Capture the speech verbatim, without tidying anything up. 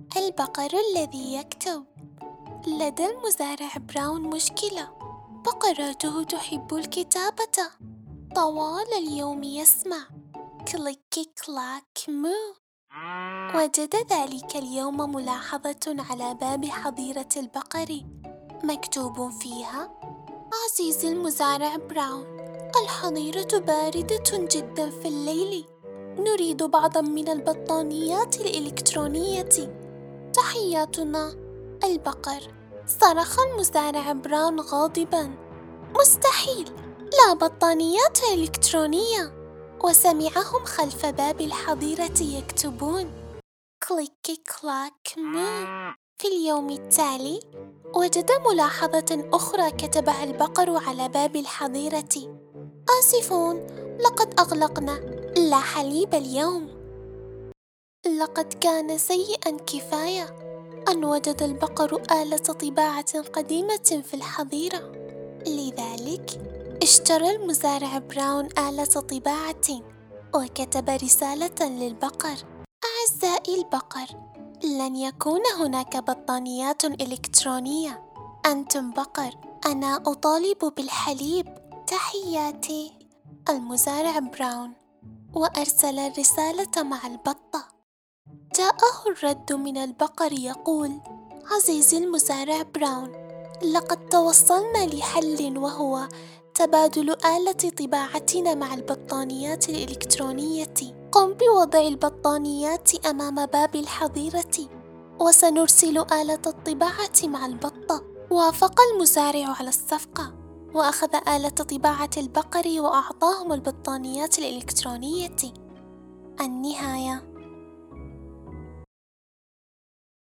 البقر الذي يكتب. لدى المزارع براون مشكلة، بقرته تحب الكتابة. طوال اليوم يسمع كليك كلاك مو. وجد ذلك اليوم ملاحظة على باب حظيرة البقر مكتوب فيها: عزيزي المزارع براون، الحظيرة باردة جدا في الليل، نريد بعضا من البطانيات الإلكترونية. تحياتنا البقر. صرخ المزارع براون غاضبا: مستحيل، لا بطانيات إلكترونية. وسمعهم خلف باب الحظيرة يكتبون كليك كلاك مو. في اليوم التالي وجد ملاحظة أخرى كتبها البقر على باب الحظيرة: آسفون، لقد أغلقنا، لا حليب اليوم. لقد كان سيئا كفاية أن وجد البقر آلة طباعة قديمة في الحظيرة، لذلك اشترى المزارع براون آلة طباعة وكتب رسالة للبقر: أعزائي البقر، لن يكون هناك بطانيات إلكترونية. أنتم بقر، أنا أطالب بالحليب. تحياتي المزارع براون. وأرسل الرسالة مع البطة. جاءه الرد من البقر يقول: عزيزي المزارع براون، لقد توصلنا لحل، وهو تبادل آلة طباعتنا مع البطانيات الإلكترونية. قم بوضع البطانيات أمام باب الحظيرة وسنرسل آلة الطباعة مع البطة. وافق المزارع على الصفقة، وأخذ آلة طباعة البقر وأعطاهم البطانيات الإلكترونية. النهاية.